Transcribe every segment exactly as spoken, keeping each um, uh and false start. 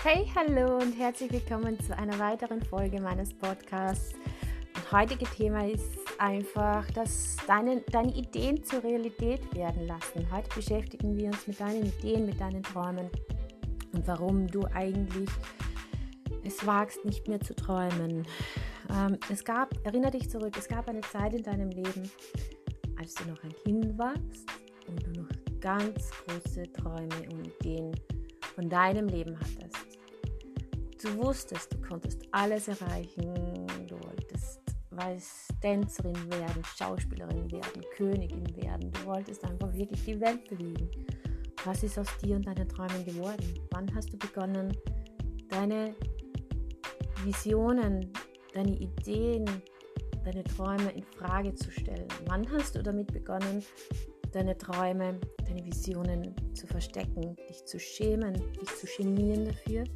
Hey, hallo und herzlich willkommen zu einer weiteren Folge meines Podcasts. Das heutige Thema ist einfach, dass deine, deine Ideen zur Realität werden lassen. Heute beschäftigen wir uns mit deinen Ideen, mit deinen Träumen und warum du eigentlich es wagst, nicht mehr zu träumen. Ähm, es gab, erinnere dich zurück, es gab eine Zeit in deinem Leben, als du noch ein Kind warst und du noch ganz große Träume und Ideen von deinem Leben hattest. Du wusstest, du konntest alles erreichen, du wolltest weiß Tänzerin werden, Schauspielerin werden, Königin werden, du wolltest einfach wirklich die Welt bewegen. Was ist aus dir und deinen Träumen geworden? Wann hast du begonnen, deine Visionen, deine Ideen, deine Träume in Frage zu stellen? Wann hast du damit begonnen, deine Träume, deine Visionen zu verstecken, dich zu schämen, dich zu genieren dafür?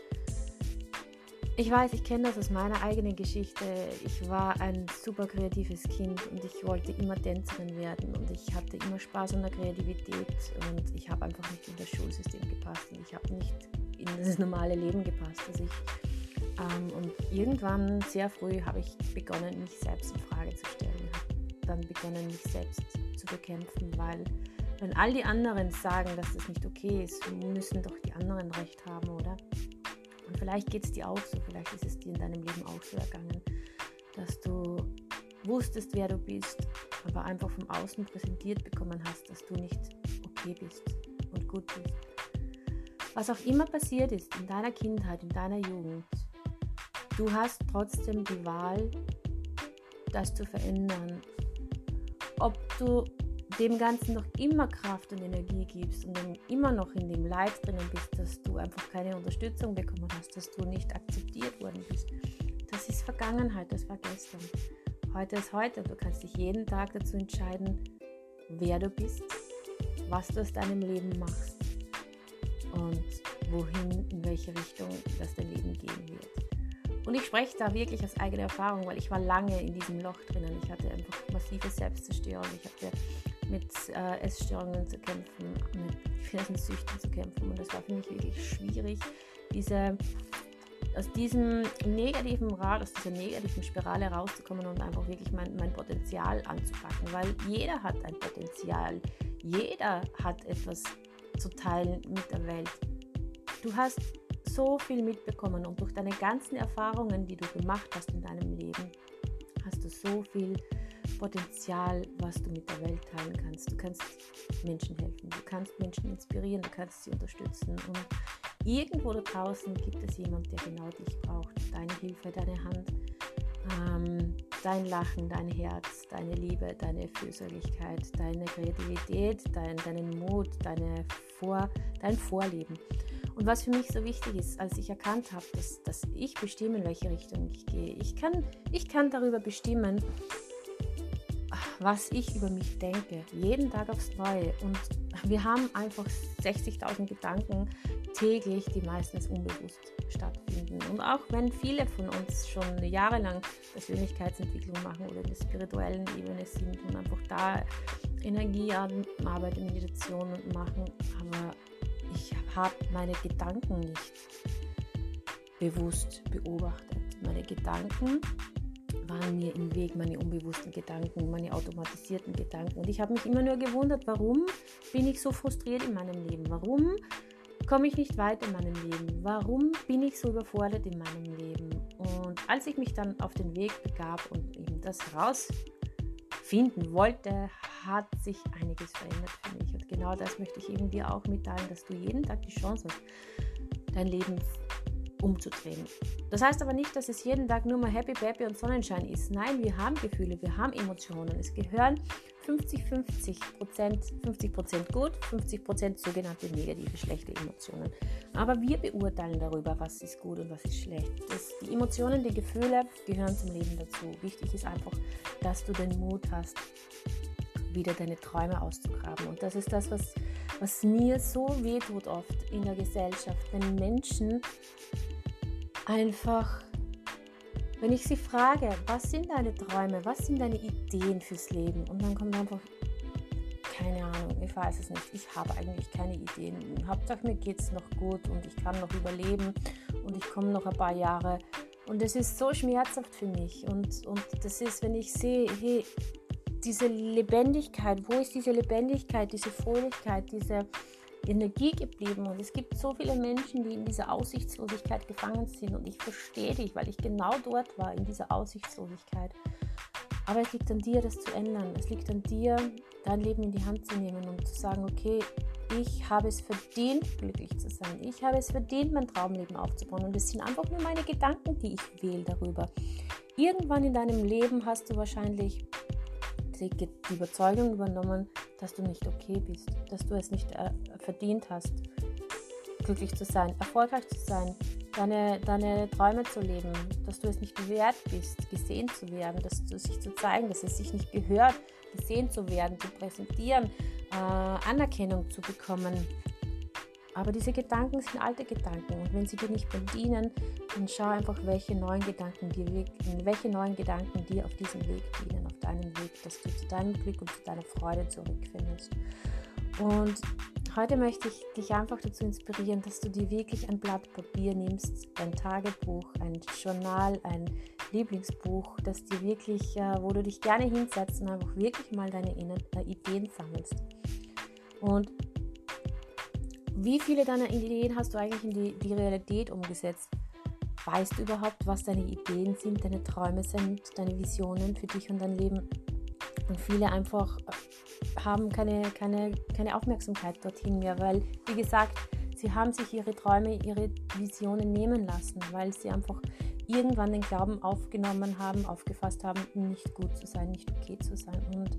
Ich weiß, ich kenne das aus meiner eigenen Geschichte. Ich war ein super kreatives Kind und ich wollte immer Tänzerin werden und ich hatte immer Spaß an der Kreativität und ich habe einfach nicht in das Schulsystem gepasst und ich habe nicht in das normale Leben gepasst. Also ich, ähm, und irgendwann, sehr früh, habe ich begonnen, mich selbst in Frage zu stellen. Habe dann begonnen, mich selbst zu bekämpfen, weil wenn all die anderen sagen, dass das nicht okay ist, müssen doch die anderen recht haben, oder? Und vielleicht geht es dir auch so, vielleicht ist es dir in deinem Leben auch so ergangen, dass du wusstest, wer du bist, aber einfach vom Außen präsentiert bekommen hast, dass du nicht okay bist und gut bist. Was auch immer passiert ist in deiner Kindheit, in deiner Jugend, du hast trotzdem die Wahl, das zu verändern. Ob du dem Ganzen noch immer Kraft und Energie gibst und dann immer noch in dem Leid drinnen bist, dass du einfach keine Unterstützung bekommen hast, dass du nicht akzeptiert worden bist. Das ist Vergangenheit, das war gestern. Heute ist heute. Du kannst dich jeden Tag dazu entscheiden, wer du bist, was du aus deinem Leben machst und wohin, in welche Richtung das dein Leben gehen wird. Und ich spreche da wirklich aus eigener Erfahrung, weil ich war lange in diesem Loch drinnen. Ich hatte einfach massive Selbstzerstörung. Ich hatte mit äh, Essstörungen zu kämpfen, mit diversen Süchten zu kämpfen. Und es war für mich wirklich schwierig, diese, aus diesem negativen Rad, aus dieser negativen Spirale rauszukommen und einfach wirklich mein, mein Potenzial anzupacken. Weil jeder hat ein Potenzial. Jeder hat etwas zu teilen mit der Welt. Du hast so viel mitbekommen und durch deine ganzen Erfahrungen, die du gemacht hast in deinem Leben, hast du so viel Potenzial, was du mit der Welt teilen kannst. Du kannst Menschen helfen, du kannst Menschen inspirieren, du kannst sie unterstützen und irgendwo da draußen gibt es jemand, der genau dich braucht. Deine Hilfe, deine Hand, ähm, dein Lachen, dein Herz, deine Liebe, deine Fürsorglichkeit, deine Kreativität, dein, deinen Mut, deine Vor, dein Vorleben. Und was für mich so wichtig ist, als ich erkannt habe, dass, dass ich bestimme, in welche Richtung ich gehe. Ich kann, ich kann darüber bestimmen, was ich über mich denke, jeden Tag aufs Neue. Und wir haben einfach sechzigtausend Gedanken täglich, die meistens unbewusst stattfinden. Und auch wenn viele von uns schon jahrelang Persönlichkeitsentwicklung machen oder in der spirituellen Ebene sind und einfach da Energiearbeit, Meditation machen, aber ich habe meine Gedanken nicht bewusst beobachtet. Meine Gedanken waren mir im Weg, meine unbewussten Gedanken, meine automatisierten Gedanken. Und ich habe mich immer nur gewundert, warum bin ich so frustriert in meinem Leben? Warum komme ich nicht weiter in meinem Leben? Warum bin ich so überfordert in meinem Leben? Und als ich mich dann auf den Weg begab und eben das herausfinden wollte, hat sich einiges verändert für mich. Und genau das möchte ich eben dir auch mitteilen, dass du jeden Tag die Chance hast, dein Leben umzudrehen. Das heißt aber nicht, dass es jeden Tag nur mal Happy, Happy und Sonnenschein ist. Nein, wir haben Gefühle, wir haben Emotionen. Es gehören fünfzig fünfzig Prozent, fünfzig Prozent gut, fünfzig Prozent sogenannte negative, schlechte Emotionen. Aber wir beurteilen darüber, was ist gut und was ist schlecht. Das, die Emotionen, die Gefühle gehören zum Leben dazu. Wichtig ist einfach, dass du den Mut hast, wieder deine Träume auszugraben. Und das ist das, was, was mir so wehtut oft in der Gesellschaft, wenn Menschen einfach, wenn ich sie frage, was sind deine Träume, was sind deine Ideen fürs Leben? Und dann kommt einfach keine Ahnung, ich weiß es nicht, ich habe eigentlich keine Ideen. Hauptsache mir geht es noch gut und ich kann noch überleben und ich komme noch ein paar Jahre. Und das ist so schmerzhaft für mich. Und, und das ist, wenn ich sehe, hey, diese Lebendigkeit, wo ist diese Lebendigkeit, diese Fröhlichkeit, diese Energie geblieben? Und es gibt so viele Menschen, die in dieser Aussichtslosigkeit gefangen sind. Und ich verstehe dich, weil ich genau dort war, in dieser Aussichtslosigkeit. Aber es liegt an dir, das zu ändern. Es liegt an dir, dein Leben in die Hand zu nehmen und zu sagen, okay, ich habe es verdient, glücklich zu sein. Ich habe es verdient, mein Traumleben aufzubauen. Und es sind einfach nur meine Gedanken, die ich wähle darüber. Irgendwann in deinem Leben hast du wahrscheinlich die, die Überzeugung übernommen, dass du nicht okay bist, dass du es nicht äh, verdient hast, glücklich zu sein, erfolgreich zu sein, deine, deine Träume zu leben, dass du es nicht wert bist, gesehen zu werden, dass du sich zu zeigen, dass es sich nicht gehört, gesehen zu werden, zu präsentieren, äh, Anerkennung zu bekommen. Aber diese Gedanken sind alte Gedanken und wenn sie dir nicht mehr dienen, dann schau einfach, welche neuen Gedanken dir, welche neuen Gedanken dir auf diesem Weg dienen, auf deinem Weg, dass du zu deinem Glück und zu deiner Freude zurückfindest. Und heute möchte ich dich einfach dazu inspirieren, dass du dir wirklich ein Blatt Papier nimmst, ein Tagebuch, ein Journal, ein Lieblingsbuch, das dir wirklich, wo du dich gerne hinsetzt und einfach wirklich mal deine Ideen sammelst. Und wie viele deiner Ideen hast du eigentlich in die, die Realität umgesetzt? Weißt du überhaupt, was deine Ideen sind, deine Träume sind, deine Visionen für dich und dein Leben? Und viele einfach haben keine, keine, keine Aufmerksamkeit dorthin mehr, weil, wie gesagt, sie haben sich ihre Träume, ihre Visionen nehmen lassen, weil sie einfach irgendwann den Glauben aufgenommen haben, aufgefasst haben, nicht gut zu sein, nicht okay zu sein. Und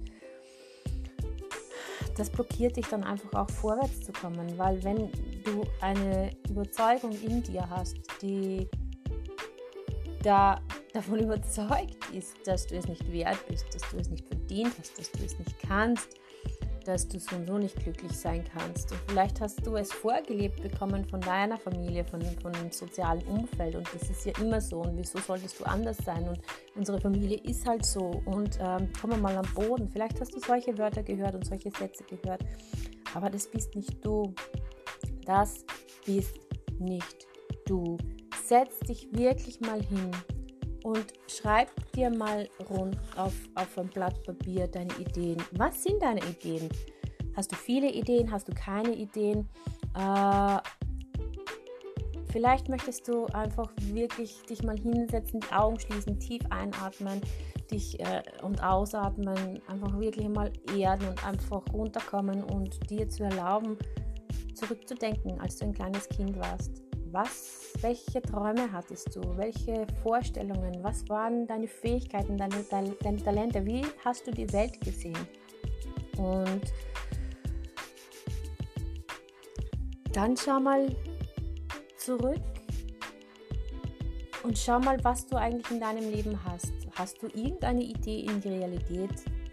das blockiert dich dann einfach auch vorwärts zu kommen, weil wenn du eine Überzeugung in dir hast, die da davon überzeugt ist, dass du es nicht wert bist, dass du es nicht verdient hast, dass du es nicht kannst, dass du so und so nicht glücklich sein kannst. Und vielleicht hast du es vorgelebt bekommen von deiner Familie, von, von dem sozialen Umfeld und das ist ja immer so und wieso solltest du anders sein und unsere Familie ist halt so und ähm, komm mal am Boden. Vielleicht hast du solche Wörter gehört und solche Sätze gehört, aber das bist nicht du. Das bist nicht du. Setz dich wirklich mal hin und schreib dir mal rund auf, auf ein Blatt Papier deine Ideen. Was sind deine Ideen? Hast du viele Ideen? Hast du keine Ideen? Äh, vielleicht möchtest du einfach wirklich dich mal hinsetzen, die Augen schließen, tief einatmen dich äh, und ausatmen, einfach wirklich mal erden und einfach runterkommen und dir zu erlauben, zurückzudenken, als du ein kleines Kind warst. Was, welche Träume hattest du? Welche Vorstellungen? Was waren deine Fähigkeiten, deine, deine Talente? Wie hast du die Welt gesehen? Und dann schau mal zurück und schau mal, was du eigentlich in deinem Leben hast. Hast du irgendeine Idee in die Realität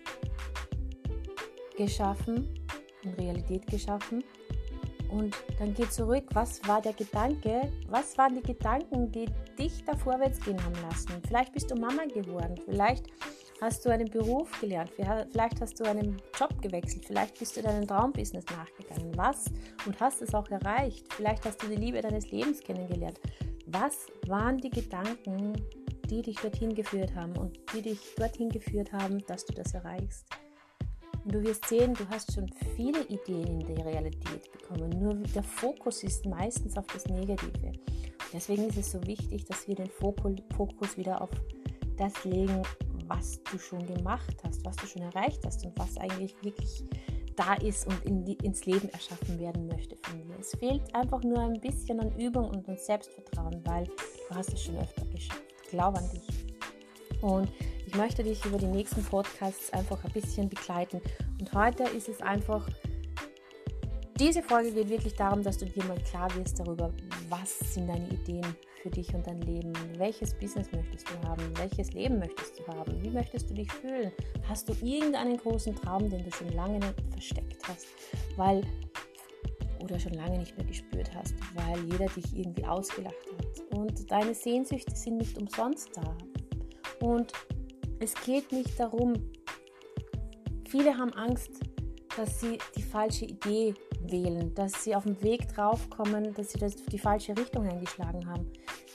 geschaffen, in Realität geschaffen? Und dann geh zurück, was war der Gedanke, was waren die Gedanken, die dich da vorwärts gehen haben lassen? Vielleicht bist du Mama geworden, vielleicht hast du einen Beruf gelernt, vielleicht hast du einen Job gewechselt, vielleicht bist du deinem Traumbusiness nachgegangen, was? Und hast es auch erreicht, vielleicht hast du die Liebe deines Lebens kennengelernt. Was waren die Gedanken, die dich dorthin geführt haben und die dich dorthin geführt haben, dass du das erreichst? Und du wirst sehen, du hast schon viele Ideen in der Realität bekommen, nur der Fokus ist meistens auf das Negative. Deswegen ist es so wichtig, dass wir den Fokus wieder auf das legen, was du schon gemacht hast, was du schon erreicht hast und was eigentlich wirklich da ist und in die, ins Leben erschaffen werden möchte von dir. Es fehlt einfach nur ein bisschen an Übung und an Selbstvertrauen, weil du hast es schon öfter geschafft. Glaub an dich. Und ich möchte dich über die nächsten Podcasts einfach ein bisschen begleiten. Und heute ist es einfach, diese Folge geht wirklich darum, dass du dir mal klar wirst darüber, was sind deine Ideen für dich und dein Leben? Welches Business möchtest du haben? Welches Leben möchtest du haben? Wie möchtest du dich fühlen? Hast du irgendeinen großen Traum, den du schon lange versteckt hast? Weil, oder schon lange nicht mehr gespürt hast, weil jeder dich irgendwie ausgelacht hat. Und deine Sehnsüchte sind nicht umsonst da. Und es geht nicht darum, viele haben Angst, dass sie die falsche Idee wählen, dass sie auf dem Weg draufkommen, dass sie das die falsche Richtung eingeschlagen haben.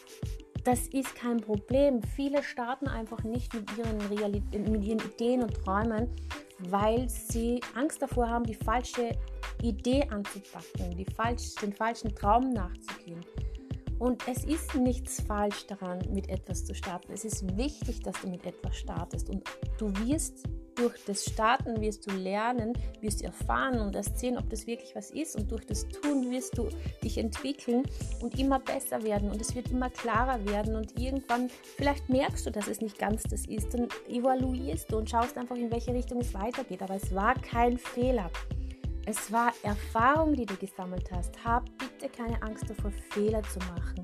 Das ist kein Problem. Viele starten einfach nicht mit ihren, Reali- mit ihren Ideen und Träumen, weil sie Angst davor haben, die falsche Idee anzupacken, die falsch, den falschen Traum nachzugehen. Und es ist nichts falsch daran, mit etwas zu starten. Es ist wichtig, dass du mit etwas startest. Und du wirst durch das Starten, wirst du lernen, wirst du erfahren und erst sehen, ob das wirklich was ist. Und durch das Tun wirst du dich entwickeln und immer besser werden. Und es wird immer klarer werden. Und irgendwann, vielleicht merkst du, dass es nicht ganz das ist. Dann evaluierst du und schaust einfach, in welche Richtung es weitergeht. Aber es war kein Fehler. Es war Erfahrung, die du gesammelt hast. Hab bitte keine Angst davor, Fehler zu machen.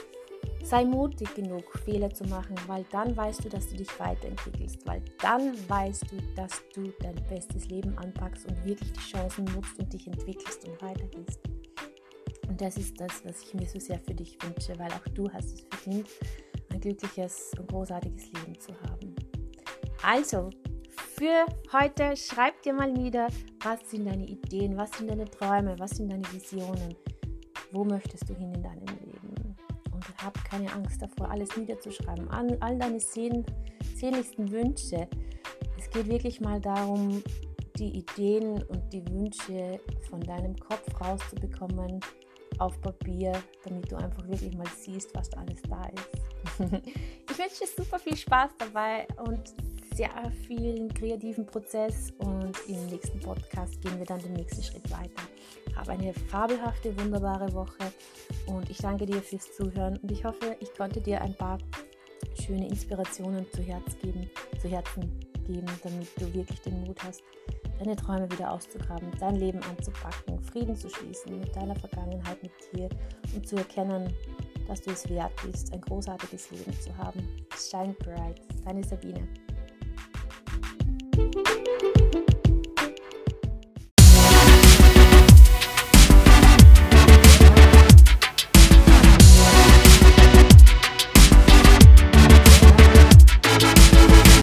Sei mutig genug, Fehler zu machen, weil dann weißt du, dass du dich weiterentwickelst. Weil dann weißt du, dass du dein bestes Leben anpackst und wirklich die Chancen nutzt und dich entwickelst und weitergehst. Und das ist das, was ich mir so sehr für dich wünsche, weil auch du hast es verdient, ein glückliches und großartiges Leben zu haben. Also, für heute schreib dir mal nieder, was sind deine Ideen, was sind deine Träume, was sind deine Visionen, wo möchtest du hin in deinem Leben, und hab keine Angst davor, alles niederzuschreiben, all, all deine sehn, sehnlichsten Wünsche. Es geht wirklich mal darum, die Ideen und die Wünsche von deinem Kopf rauszubekommen auf Papier, damit du einfach wirklich mal siehst, was da alles da ist. Ich wünsche dir super viel Spaß dabei und sehr vielen kreativen Prozess, und im nächsten Podcast gehen wir dann den nächsten Schritt weiter. Hab eine fabelhafte, wunderbare Woche und ich danke dir fürs Zuhören und ich hoffe, ich konnte dir ein paar schöne Inspirationen zu Herz geben, zu Herzen geben, damit du wirklich den Mut hast, deine Träume wieder auszugraben, dein Leben anzupacken, Frieden zu schließen mit deiner Vergangenheit, mit dir und zu erkennen, dass du es wert bist, ein großartiges Leben zu haben. Shine bright, deine Sabine.